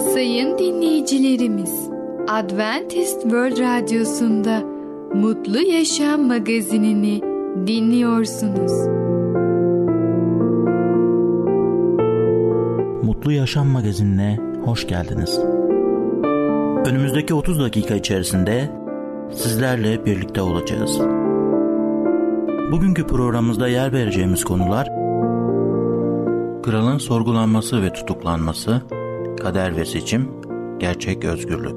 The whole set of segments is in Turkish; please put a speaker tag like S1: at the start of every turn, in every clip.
S1: Sayın dinleyicilerimiz, Adventist World Radyosu'nda Mutlu Yaşam magazinini dinliyorsunuz.
S2: Mutlu Yaşam magazinine hoş geldiniz. Önümüzdeki 30 dakika içerisinde sizlerle birlikte olacağız. Bugünkü programımızda yer vereceğimiz konular: kralın sorgulanması ve tutuklanması, kader ve seçim, gerçek özgürlük.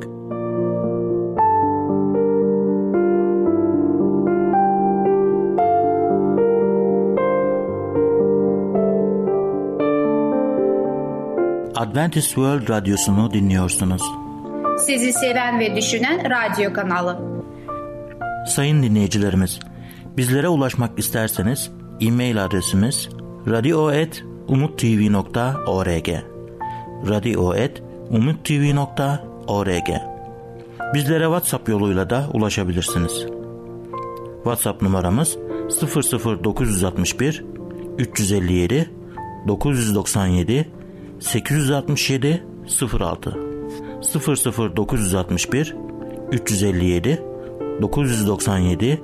S2: Adventist World Radyosu'nu dinliyorsunuz.
S3: Sizi seven ve düşünen radyo kanalı.
S2: Sayın dinleyicilerimiz, bizlere ulaşmak isterseniz e-mail adresimiz radio@umuttv.org radio@umuttv.org. Bizlere WhatsApp yoluyla da ulaşabilirsiniz. WhatsApp numaramız 00961 357 997 867 06 00961 357 997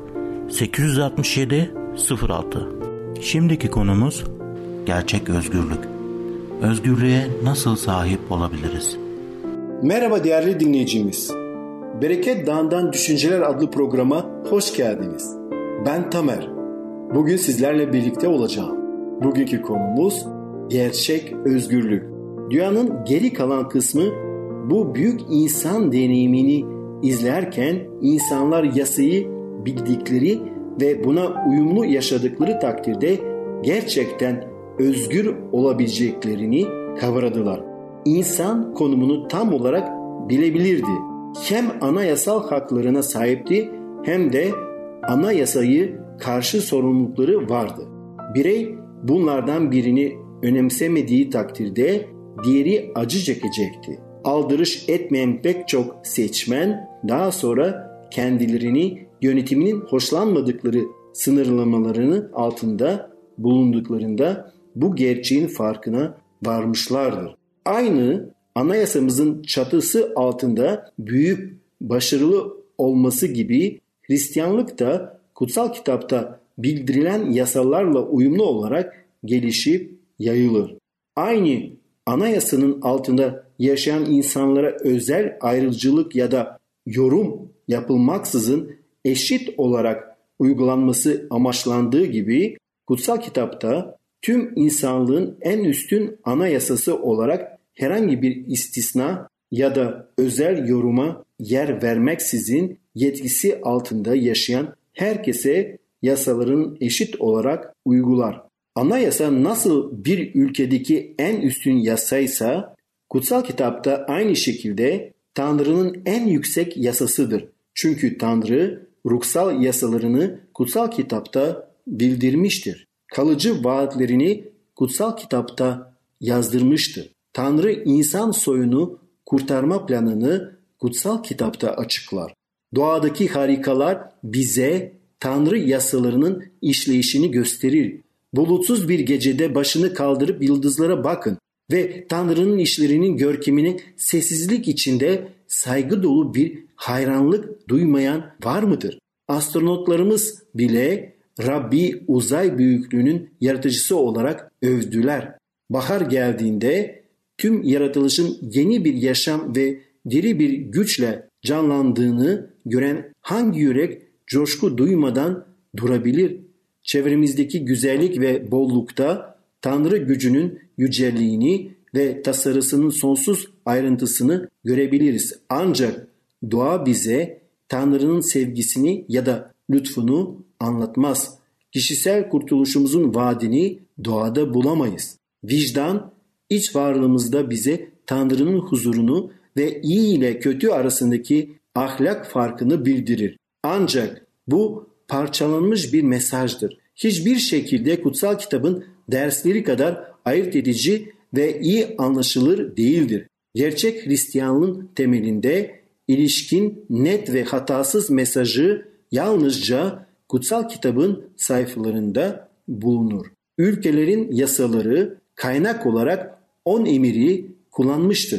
S2: 867 06. Şimdiki konumuz gerçek özgürlük. Özgürlüğe nasıl sahip olabiliriz?
S4: Merhaba değerli dinleyicimiz. Bereket Dağı'ndan Düşünceler adlı programa hoş geldiniz. Ben Tamer. Bugün sizlerle birlikte olacağım. Bugünkü konumuz gerçek özgürlük. Dünyanın geri kalan kısmı bu büyük insan deneyimini izlerken insanlar yasayı bildikleri ve buna uyumlu yaşadıkları takdirde gerçekten özgür olabileceklerini kavradılar. İnsan konumunu tam olarak bilebilirdi. Hem anayasal haklarına sahipti hem de anayasayı karşı sorumlulukları vardı. Birey bunlardan birini önemsemediği takdirde diğeri acı çekecekti. Aldırış etmeyen pek çok seçmen daha sonra kendilerini yönetiminin hoşlanmadıkları sınırlamalarının altında bulunduklarında bu gerçeğin farkına varmışlardır. Aynı anayasamızın çatısı altında büyük, başarılı olması gibi Hristiyanlık da kutsal kitapta bildirilen yasalarla uyumlu olarak gelişip yayılır. Aynı anayasanın altında yaşayan insanlara özel ayrımcılık ya da yorum yapılmaksızın eşit olarak uygulanması amaçlandığı gibi kutsal kitapta tüm insanlığın en üstün anayasası olarak herhangi bir istisna ya da özel yoruma yer vermeksizin yetkisi altında yaşayan herkese yasaların eşit olarak uygular. Anayasa nasıl bir ülkedeki en üstün yasaysa, kutsal kitapta aynı şekilde Tanrı'nın en yüksek yasasıdır. Çünkü Tanrı ruhsal yasalarını kutsal kitapta bildirmiştir. Kalıcı vaatlerini kutsal kitapta yazdırmıştır. Tanrı insan soyunu kurtarma planını kutsal kitapta açıklar. Doğadaki harikalar bize Tanrı yasalarının işleyişini gösterir. Bulutsuz bir gecede başını kaldırıp yıldızlara bakın ve Tanrı'nın işlerinin görkemine sessizlik içinde saygı dolu bir hayranlık duymayan var mıdır? Astronotlarımız bile Rabbi uzay büyüklüğünün yaratıcısı olarak övdüler. Bahar geldiğinde tüm yaratılışın yeni bir yaşam ve diri bir güçle canlandığını gören hangi yürek coşku duymadan durabilir? Çevremizdeki güzellik ve bollukta Tanrı gücünün yüceliğini ve tasarısının sonsuz ayrıntısını görebiliriz. Ancak doğa bize Tanrı'nın sevgisini ya da lütfunu anlatmaz. Kişisel kurtuluşumuzun vaadini doğada bulamayız. Vicdan iç varlığımızda bize Tanrı'nın huzurunu ve iyi ile kötü arasındaki ahlak farkını bildirir. Ancak bu parçalanmış bir mesajdır. Hiçbir şekilde kutsal kitabın dersleri kadar ayırt edici ve iyi anlaşılır değildir. Gerçek Hristiyanlığın temelinde ilişkin net ve hatasız mesajı yalnızca kutsal kitabın sayfalarında bulunur. Ülkelerin yasaları kaynak olarak 10 emiri kullanmıştır.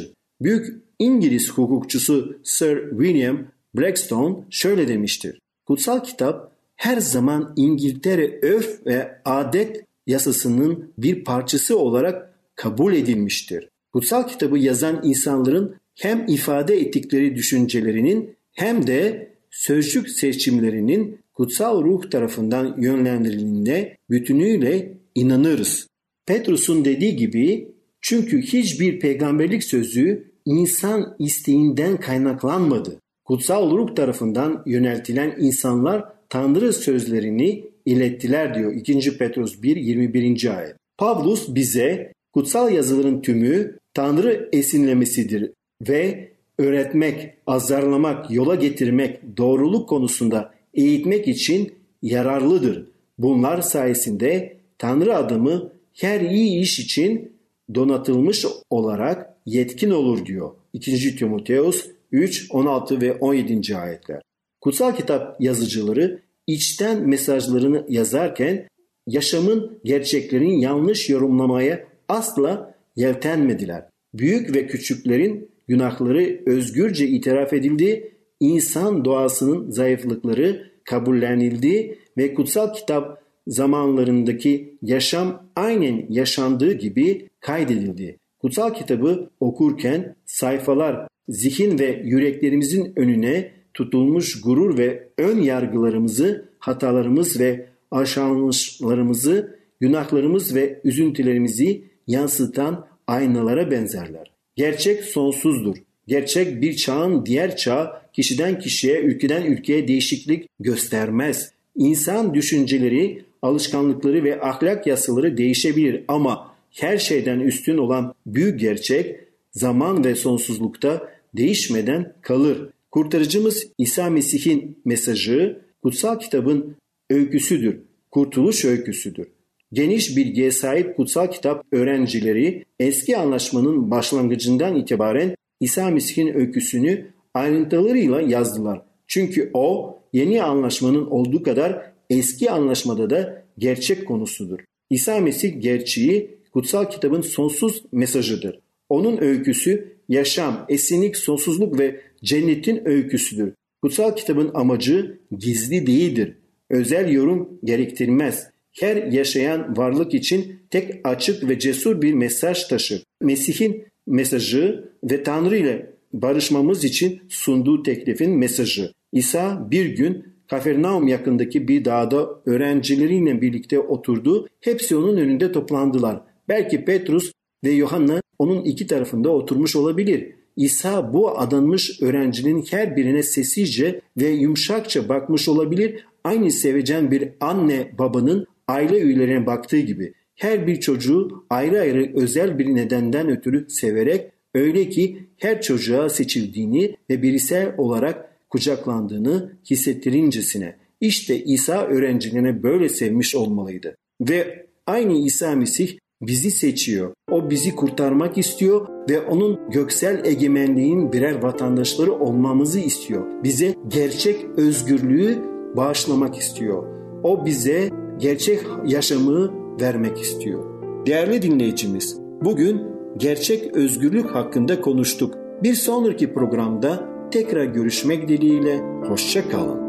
S4: Büyük İngiliz hukukçusu Sir William Blackstone şöyle demiştir. Kutsal kitap her zaman İngiltere örf ve adet yasasının bir parçası olarak kabul edilmiştir. Kutsal kitabı yazan insanların hem ifade ettikleri düşüncelerinin hem de sözcük seçimlerinin kutsal ruh tarafından yönlendirildiğine bütünüyle inanırız. Petrus'un dediği gibi, çünkü hiçbir peygamberlik sözü insan isteğinden kaynaklanmadı. Kutsal ruh tarafından yöneltilen insanlar Tanrı sözlerini ilettiler diyor 2. Petrus 1, 21. ayet. Pavlus bize kutsal yazıların tümü Tanrı esinlemesidir ve öğretmek, azarlamak, yola getirmek, doğruluk konusunda eğitmek için yararlıdır. Bunlar sayesinde Tanrı adamı her iyi iş için donatılmış olarak yetkin olur diyor 2. Timoteus 3, 16 ve 17. ayetler. Kutsal kitap yazıcıları içten mesajlarını yazarken yaşamın gerçeklerini yanlış yorumlamaya asla yeltenmediler. Büyük ve küçüklerin günahları özgürce itiraf edildi, insan doğasının zayıflıkları kabullenildi ve kutsal kitap zamanlarındaki yaşam aynen yaşandığı gibi kaydedildi. Kutsal kitabı okurken sayfalar zihin ve yüreklerimizin önüne tutulmuş gurur ve ön yargılarımızı, hatalarımız ve aşağılanışlarımızı, günahlarımız ve üzüntülerimizi yansıtan aynalara benzerler. Gerçek sonsuzdur. Gerçek bir çağın diğer çağı kişiden kişiye, ülkeden ülkeye değişiklik göstermez. İnsan düşünceleri, alışkanlıkları ve ahlak yasaları değişebilir ama her şeyden üstün olan büyük gerçek zaman ve sonsuzlukta değişmeden kalır. Kurtarıcımız İsa Mesih'in mesajı kutsal kitabın öyküsüdür, kurtuluş öyküsüdür. Geniş bilgiye sahip kutsal kitap öğrencileri eski anlaşmanın başlangıcından itibaren İsa Mesih'in öyküsünü ayrıntılarıyla yazdılar. Çünkü o yeni anlaşmanın olduğu kadar eski anlaşmada da gerçek konusudur. İsa Mesih gerçeği kutsal kitabın sonsuz mesajıdır. Onun öyküsü yaşam, esinlik, sonsuzluk ve cennetin öyküsüdür. Kutsal kitabın amacı gizli değildir. Özel yorum gerektirmez. Her yaşayan varlık için tek açık ve cesur bir mesaj taşır. Mesih'in mesajı ve Tanrı ile barışmamız için sunduğu teklifin mesajı. İsa bir gün Kafernaum yakındaki bir dağda öğrencileriyle birlikte oturdu. Hepsi onun önünde toplandılar. Belki Petrus ve Yohanna onun iki tarafında oturmuş olabilir. İsa bu adanmış öğrencinin her birine sessizce ve yumuşakça bakmış olabilir. Aynı sevecen bir anne babanın aile üyelerine baktığı gibi. Her bir çocuğu ayrı ayrı özel bir nedenden ötürü severek, öyle ki her çocuğa seçildiğini ve bireysel olarak kucaklandığını hissettirincesine. İşte İsa öğrencilerine böyle sevmiş olmalıydı. Ve aynı İsa Mesih bizi seçiyor. O bizi kurtarmak istiyor ve onun göksel egemenliğin birer vatandaşları olmamızı istiyor. Bize gerçek özgürlüğü bağışlamak istiyor. O bize gerçek yaşamı vermek istiyor. Değerli dinleyicimiz, bugün gerçek özgürlük hakkında konuştuk. Bir sonraki programda tekrar görüşmek dileğiyle, hoşça kalın.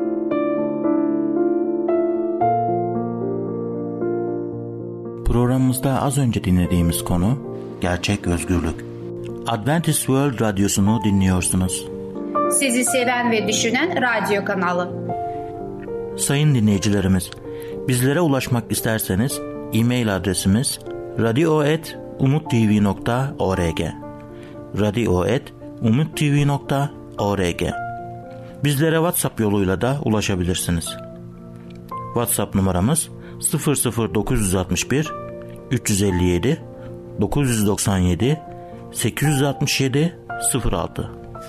S2: Programımızda az önce dinlediğimiz konu gerçek özgürlük. Adventist World Radyosu'nu dinliyorsunuz.
S3: Sizi seven ve düşünen radyo kanalı.
S2: Sayın dinleyicilerimiz, bizlere ulaşmak isterseniz e-mail adresimiz radio@umuttv.org radio@umuttv.org. Bizlere WhatsApp yoluyla da ulaşabilirsiniz. WhatsApp numaramız 00961 357 997 867 06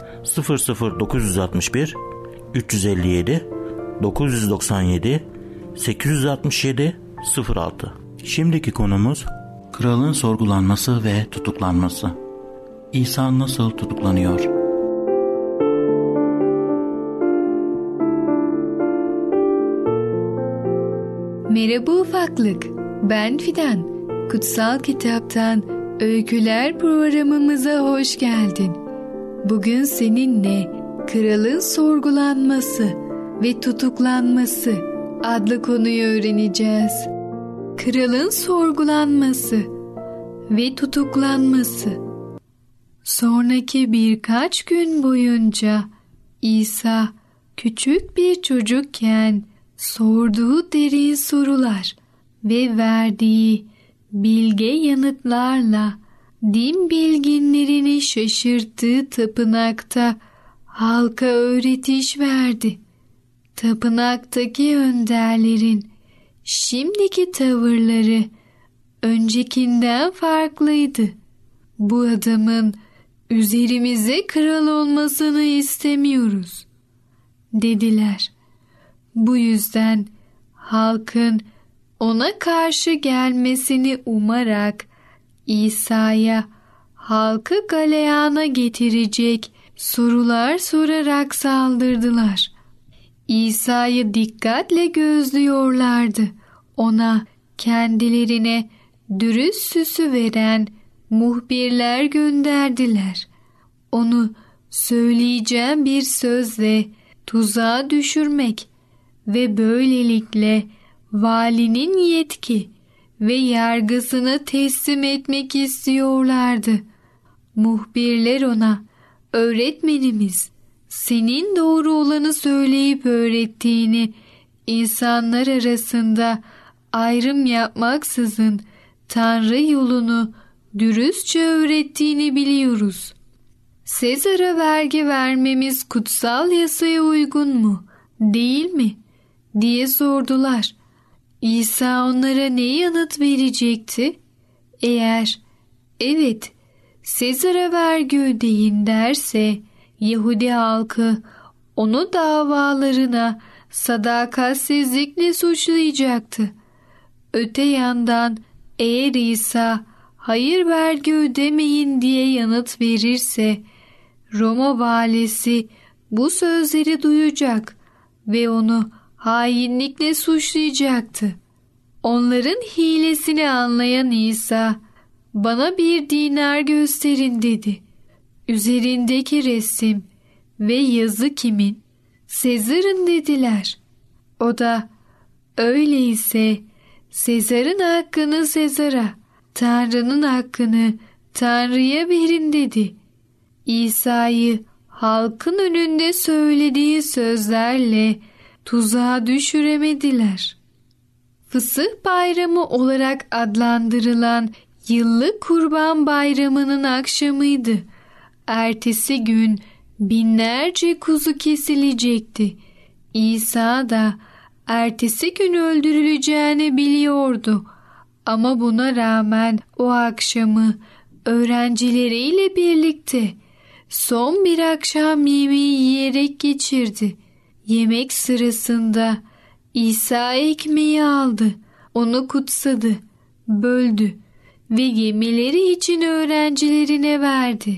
S2: 00961 357 997 867 06. Şimdiki konumuz kralın sorgulanması ve tutuklanması. İsa nasıl tutuklanıyor?
S1: Merhaba ufaklık, ben Fidan. Kutsal kitaptan Öyküler programımıza hoş geldin. Bugün seninle kralın sorgulanması ve tutuklanması adlı konuyu öğreneceğiz. Kralın sorgulanması ve tutuklanması. Sonraki birkaç gün boyunca İsa küçük bir çocukken sorduğu derin sorular ve verdiği bilge yanıtlarla din bilginlerini şaşırttığı tapınakta halka öğretiş verdi. Tapınaktaki önderlerin şimdiki tavırları öncekinden farklıydı. Bu adamın üzerimize kral olmasını istemiyoruz, dediler. Bu yüzden halkın ona karşı gelmesini umarak İsa'ya halkı galeyana getirecek sorular sorarak saldırdılar. İsa'yı dikkatle gözlüyorlardı. Ona kendilerine dürüst süsü veren muhbirler gönderdiler. Onu söyleyeceğim bir sözle tuzağa düşürmek ve böylelikle valinin yetki ve yargısını teslim etmek istiyorlardı. Muhbirler ona, öğretmenimiz, senin doğru olanı söyleyip öğrettiğini, insanlar arasında ayrım yapmaksızın Tanrı yolunu dürüstçe öğrettiğini biliyoruz. Sezar'a vergi vermemiz kutsal yasaya uygun mu, değil mi? diye sordular. İsa onlara ne yanıt verecekti? Eğer evet, Sezar'a vergi ödeyin derse, Yahudi halkı onu davalarına sadakatsizlikle suçlayacaktı. Öte yandan eğer İsa hayır vergi ödemeyin diye yanıt verirse, Roma valisi bu sözleri duyacak ve onu hainlikle suçlayacaktı. Onların hilesini anlayan İsa, bana bir dinar gösterin dedi. Üzerindeki resim ve yazı kimin? Sezar'ın dediler. O da, öyleyse Sezar'ın hakkını Sezar'a, Tanrı'nın hakkını Tanrı'ya verin dedi. İsa'yı halkın önünde söylediği sözlerle tuzağa düşüremediler. Fısıh Bayramı olarak adlandırılan yıllık Kurban Bayramı'nın akşamıydı. Ertesi gün binlerce kuzu kesilecekti. İsa da ertesi gün öldürüleceğini biliyordu. Ama buna rağmen o akşamı öğrencileriyle birlikte son bir akşam yemeği yiyerek geçirdi. Yemek sırasında İsa ekmeği aldı, onu kutsadı, böldü ve yemeleri için öğrencilerine verdi.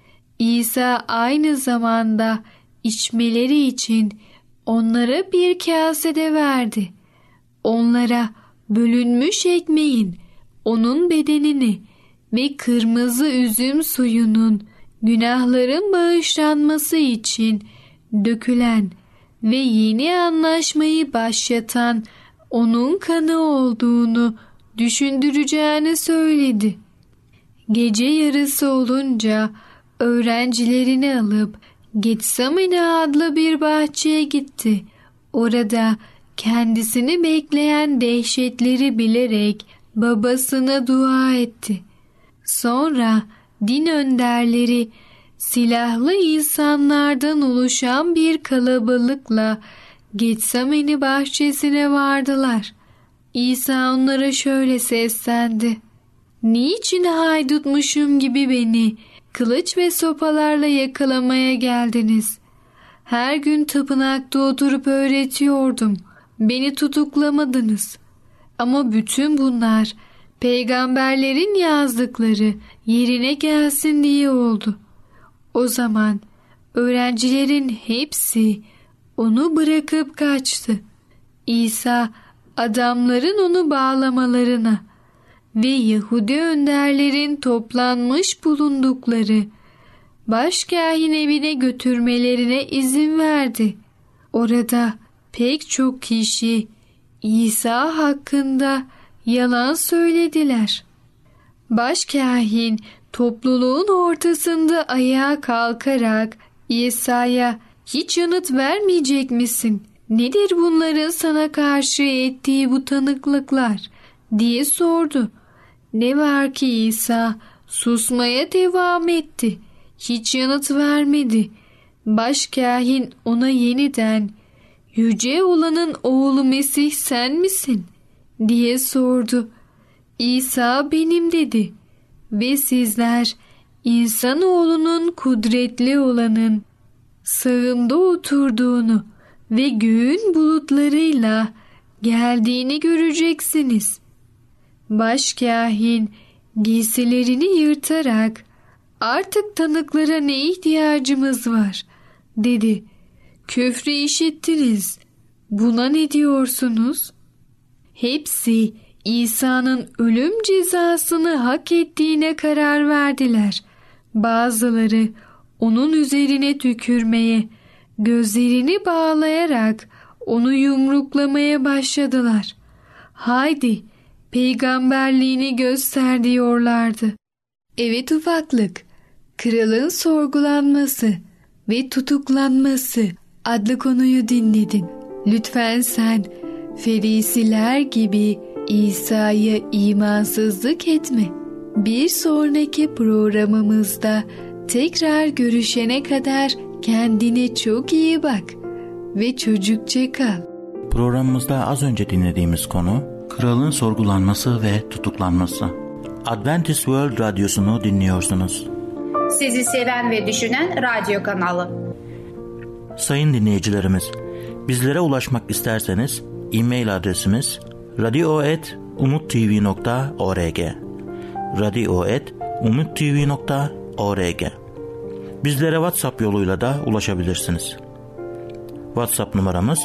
S1: İsa aynı zamanda içmeleri için onlara bir kase de verdi. Onlara bölünmüş ekmeğin, onun bedenini ve kırmızı üzüm suyunun günahların bağışlanması için dökülen ve yeni anlaşmayı başlatan onun kanı olduğunu düşündüreceğini söyledi. Gece yarısı olunca öğrencilerini alıp Getsemane adlı bir bahçeye gitti. Orada kendisini bekleyen dehşetleri bilerek babasına dua etti. Sonra din önderleri silahlı insanlardan oluşan bir kalabalıkla Getsemane bahçesine vardılar. İsa onlara şöyle seslendi. Niçin haydutmuşum gibi beni kılıç ve sopalarla yakalamaya geldiniz? Her gün tapınakta oturup öğretiyordum. Beni tutuklamadınız. Ama bütün bunlar peygamberlerin yazdıkları yerine gelsin diye oldu. O zaman öğrencilerin hepsi onu bırakıp kaçtı. İsa adamların onu bağlamalarına ve Yahudi önderlerin toplanmış bulundukları başkâhin evine götürmelerine izin verdi. Orada pek çok kişi İsa hakkında yalan söylediler. Başkâhin topluluğun ortasında ayağa kalkarak İsa'ya "Hiç yanıt vermeyecek misin? Nedir bunların sana karşı ettiği bu tanıklıklar?" diye sordu. Ne var ki İsa susmaya devam etti. Hiç yanıt vermedi. Başkâhin ona yeniden "Yüce olanın oğlu Mesih sen misin?" diye sordu. İsa "Benim" dedi. Ve sizler insanoğlunun kudretli olanın sağında oturduğunu ve göğün bulutlarıyla geldiğini göreceksiniz. Başkâhin giysilerini yırtarak "Artık tanıklara ne ihtiyacımız var?" dedi. "Küfrü işittiniz. Buna ne diyorsunuz?" Hepsi İsa'nın ölüm cezasını hak ettiğine karar verdiler. Bazıları onun üzerine tükürmeye, gözlerini bağlayarak onu yumruklamaya başladılar. "Haydi, peygamberliğini göster" diyorlardı. Evet ufaklık, kralın sorgulanması ve tutuklanması adlı konuyu dinledin. Lütfen sen Ferisiler gibi İsa'ya imansızlık etme. Bir sonraki programımızda tekrar görüşene kadar kendine çok iyi bak ve çocukça kal.
S2: Programımızda az önce dinlediğimiz konu kralın sorgulanması ve tutuklanması. Adventist World Radyosu'nu dinliyorsunuz.
S3: Sizi seven ve düşünen radyo kanalı.
S2: Sayın dinleyicilerimiz, bizlere ulaşmak isterseniz e-mail adresimiz radio@umuttv.org radio@umuttv.org. Bizlere WhatsApp yoluyla da ulaşabilirsiniz. WhatsApp numaramız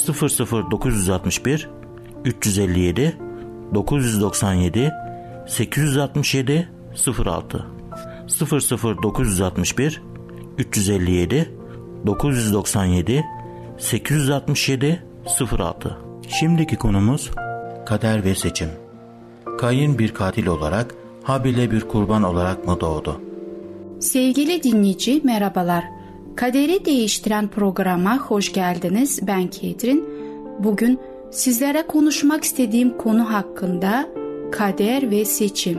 S2: 00961 357 997 867 06 00961 357 997 867 06. Şimdiki konumuz kader ve seçim. Kayin bir katil olarak, Habil'e bir kurban olarak mı doğdu?
S5: Sevgili dinleyici, merhabalar. Kaderi değiştiren programa hoş geldiniz. Ben Ketrin. Bugün sizlere konuşmak istediğim konu hakkında kader ve seçim.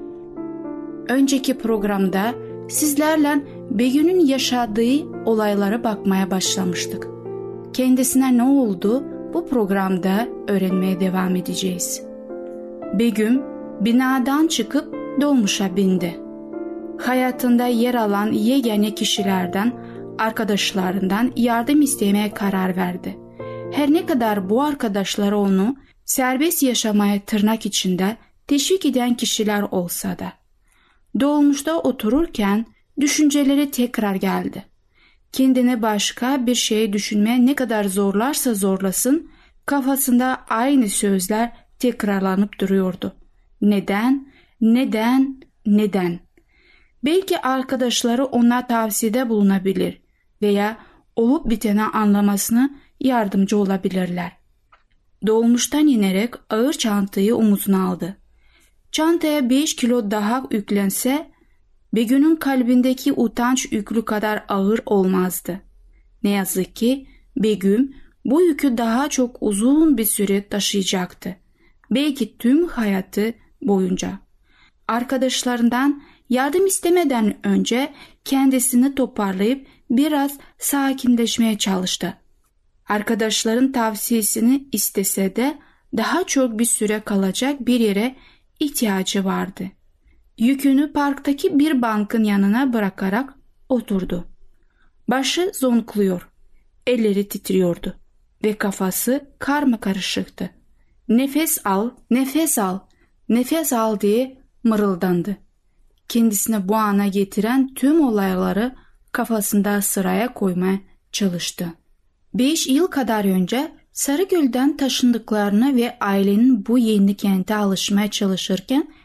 S5: Önceki programda sizlerle Begüm'ün yaşadığı olaylara bakmaya başlamıştık. Kendisine ne oldu? Bu programda öğrenmeye devam edeceğiz. Begüm binadan çıkıp dolmuşa bindi. Hayatında yer alan yegane kişilerden, arkadaşlarından yardım istemeye karar verdi. Her ne kadar bu arkadaşları onu serbest yaşamaya tırnak içinde teşvik eden kişiler olsa da. Dolmuşta otururken düşünceleri tekrar geldi. Kendine başka bir şey düşünmeye ne kadar zorlarsa zorlasın, kafasında aynı sözler tekrarlanıp duruyordu. Neden? Neden? Neden? Belki arkadaşları ona tavsiyede bulunabilir veya olup biteni anlamasına yardımcı olabilirler. Dolmuştan inerek ağır çantayı omuzuna aldı. Çantaya 5 kilo daha yüklense, Begüm'ün kalbindeki utanç yüklü kadar ağır olmazdı. Ne yazık ki Begüm bu yükü daha çok uzun bir süre taşıyacaktı. Belki tüm hayatı boyunca. Arkadaşlarından yardım istemeden önce kendisini toparlayıp biraz sakinleşmeye çalıştı. Arkadaşların tavsiyesini istese de daha çok bir süre kalacak bir yere ihtiyacı vardı. Yükünü parktaki bir bankın yanına bırakarak oturdu. Başı zonkluyor, elleri titriyordu ve kafası karmakarışıktı. Nefes al, nefes al, nefes al diye mırıldandı. Kendisine bu ana getiren tüm olayları kafasında sıraya koymaya çalıştı. 5 yıl kadar önce Sarıgöl'den taşındıklarını ve ailenin bu yeni kente alışmaya çalışırken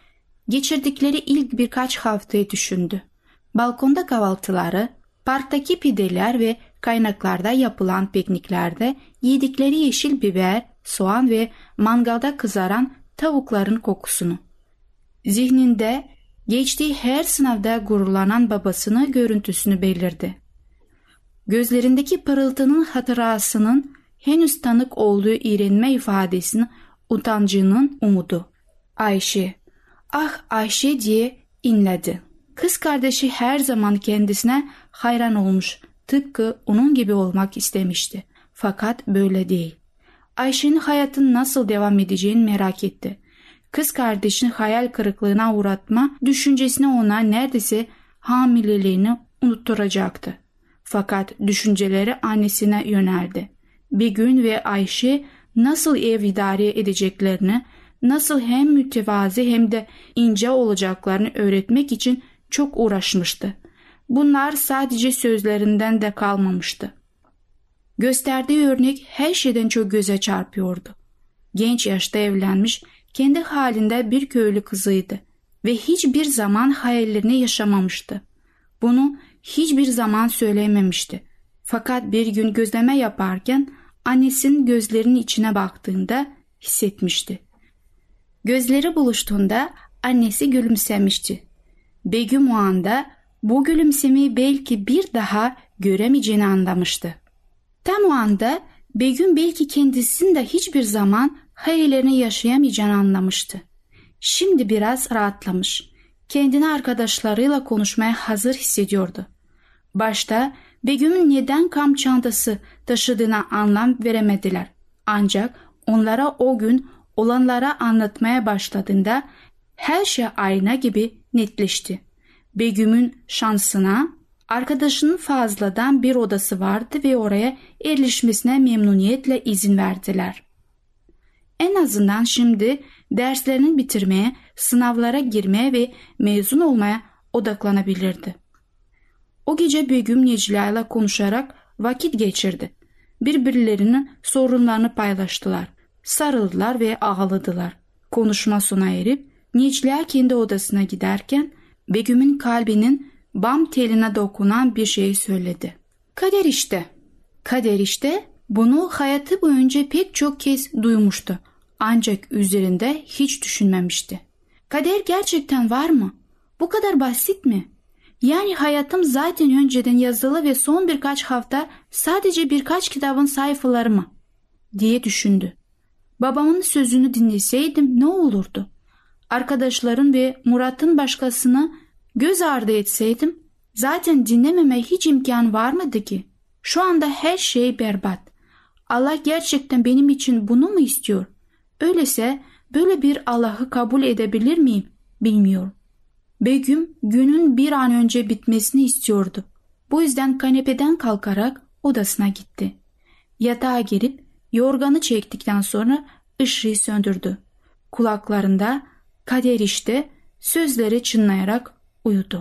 S5: Geçirdikleri ilk birkaç haftayı düşündü. Balkonda kahvaltıları, parktaki pideler ve kaynaklarda yapılan pikniklerde yedikleri yeşil biber, soğan ve mangalda kızaran tavukların kokusunu. Zihninde geçtiği her sınavda gururlanan babasının görüntüsünü belirdi. Gözlerindeki pırıltının hatırasının henüz tanık olduğu iğrenme ifadesinin utancının umudu. Ayşe, ah Ayşe diye inledi. Kız kardeşi her zaman kendisine hayran olmuş, tıpkı onun gibi olmak istemişti. Fakat böyle değil. Ayşe'nin hayatın nasıl devam edeceğini merak etti. Kız kardeşini hayal kırıklığına uğratma düşüncesine ona neredeyse hamileliğini unutturacaktı. Fakat düşünceleri annesine yöneldi. Begüm ve Ayşe nasıl ev idare edeceklerini, nasıl hem mütevazi hem de ince olacaklarını öğretmek için çok uğraşmıştı. Bunlar sadece sözlerinden de kalmamıştı. Gösterdiği örnek her şeyden çok göze çarpıyordu. Genç yaşta evlenmiş, kendi halinde bir köylü kızıydı ve hiçbir zaman hayallerini yaşamamıştı. Bunu hiçbir zaman söylememişti. Fakat bir gün gözleme yaparken annesinin gözlerinin içine baktığında hissetmişti. Gözleri buluştuğunda annesi gülümsemişti. Begüm o anda bu gülümsemeyi belki bir daha göremeyeceğini anlamıştı. Tam o anda Begüm belki kendisinin de hiçbir zaman hayallerini yaşayamayacağını anlamıştı. Şimdi biraz rahatlamış. Kendini arkadaşlarıyla konuşmaya hazır hissediyordu. Başta Begüm'ün neden kamp çantası taşıdığına anlam veremediler. Ancak onlara o gün olanlara anlatmaya başladığında her şey ayna gibi netleşti. Begüm'ün şansına arkadaşının fazladan bir odası vardı ve oraya yerleşmesine memnuniyetle izin verdiler. En azından şimdi derslerini bitirmeye, sınavlara girmeye ve mezun olmaya odaklanabilirdi. O gece Begüm Necla ile konuşarak vakit geçirdi. Birbirlerinin sorunlarını paylaştılar. Sarıldılar ve ağladılar. Konuşma sona erip Necla kendi odasına giderken Begüm'ün kalbinin bam teline dokunan bir şey söyledi. Kader işte. Kader işte, bunu hayatı boyunca pek çok kez duymuştu. Ancak üzerinde hiç düşünmemişti. Kader gerçekten var mı? Bu kadar basit mi? Yani hayatım zaten önceden yazılı ve son birkaç hafta sadece birkaç kitabın sayfaları mı? Diye düşündü. Babamın sözünü dinleseydim ne olurdu? Arkadaşların ve Murat'ın başkasını göz ardı etseydim zaten dinlememe hiç imkan var mıydı ki? Şu anda her şey berbat. Allah gerçekten benim için bunu mu istiyor? Öyleyse böyle bir Allah'ı kabul edebilir miyim? Bilmiyorum. Begüm günün bir an önce bitmesini istiyordu. Bu yüzden kanepeden kalkarak odasına gitti. Yatağa girip yorganı çektikten sonra ışığı söndürdü. Kulaklarında kader işte sözleri çınlayarak uyudu.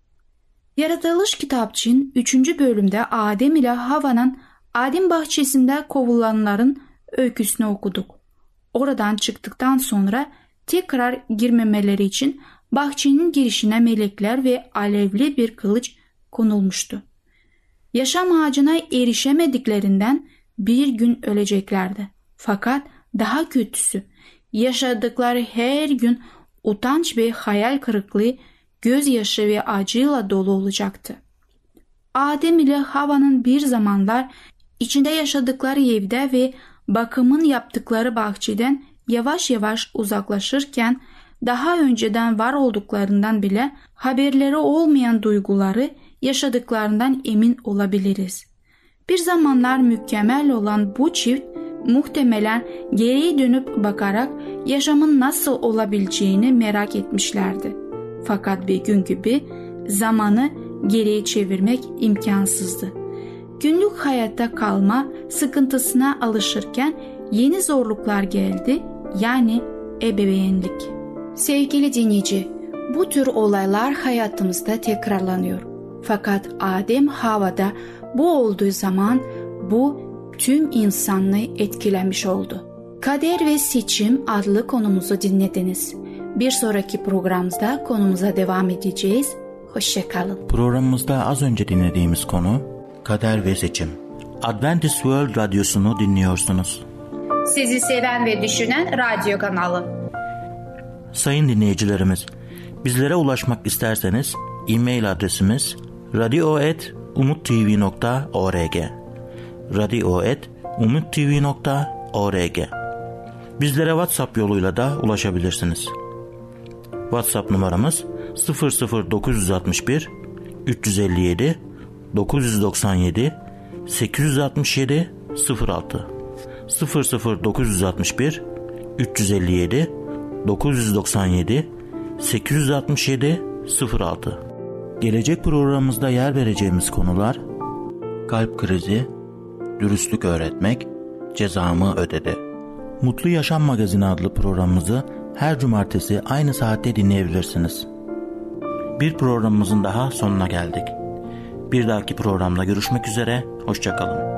S5: Yaratılış kitapçığın 3. bölümde Adem ile Havva'nın Adem bahçesinde kovulanların öyküsünü okuduk. Oradan çıktıktan sonra tekrar girmemeleri için bahçenin girişine melekler ve alevli bir kılıç konulmuştu. Yaşam ağacına erişemediklerinden bir gün öleceklerdi. Fakat daha kötüsü, yaşadıkları her gün utanç ve hayal kırıklığı, gözyaşı ve acıyla dolu olacaktı. Adem ile Havva'nın bir zamanlar içinde yaşadıkları evde ve bakımın yaptıkları bahçeden yavaş yavaş uzaklaşırken daha önceden var olduklarından bile haberleri olmayan duyguları yaşadıklarından emin olabiliriz. Bir zamanlar mükemmel olan bu çift muhtemelen geriye dönüp bakarak yaşamın nasıl olabileceğini merak etmişlerdi. Fakat bir gün gibi zamanı geriye çevirmek imkansızdı. Günlük hayatta kalma sıkıntısına alışırken yeni zorluklar geldi, yani ebeveynlik. Sevgili dinleyici, bu tür olaylar hayatımızda tekrarlanıyor. Fakat Adem Havva'da bu olduğu zaman bu tüm insanlığı etkilemiş oldu. Kader ve Seçim adlı konumuzu dinlediniz. Bir sonraki programımızda konumuza devam edeceğiz. Hoşça kalın.
S2: Programımızda az önce dinlediğimiz konu kader ve seçim. Adventist World Radyosu'nu dinliyorsunuz.
S3: Sizi seven ve düşünen radyo kanalı.
S2: Sayın dinleyicilerimiz, bizlere ulaşmak isterseniz e-mail adresimiz radio@umuttv.org radio@umuttv.org. Bizlere WhatsApp yoluyla da ulaşabilirsiniz. WhatsApp numaramız 00961 357 997 867 06 00961 357 997 867 06. Gelecek programımızda yer vereceğimiz konular: kalp krizi, dürüstlük öğretmek, cezamı ödedi. Mutlu Yaşam Magazini adlı programımızı her cumartesi aynı saatte dinleyebilirsiniz. Bir programımızın daha sonuna geldik. Bir dahaki programda görüşmek üzere, hoşça kalın.